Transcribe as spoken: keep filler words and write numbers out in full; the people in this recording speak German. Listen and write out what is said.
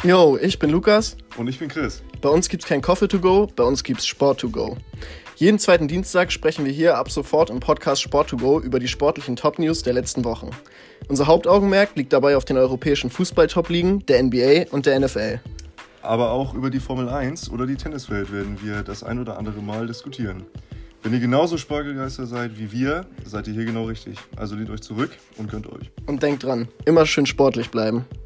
Yo, ich bin Lukas. Und ich bin Chris. Bei uns gibt's kein Coffee to go, bei uns gibt's Sport to go. Jeden zweiten Dienstag sprechen wir hier ab sofort im Podcast Sport to go über die sportlichen Top-News der letzten Wochen. Unser Hauptaugenmerk liegt dabei auf den europäischen Fußball-Top-Ligen, der N B A und der N F L. Aber auch über die Formel eins oder die Tenniswelt werden wir das ein oder andere Mal diskutieren. Wenn ihr genauso Sportgeister seid wie wir, seid ihr hier genau richtig. Also lehnt euch zurück und gönnt euch. Und denkt dran, immer schön sportlich bleiben.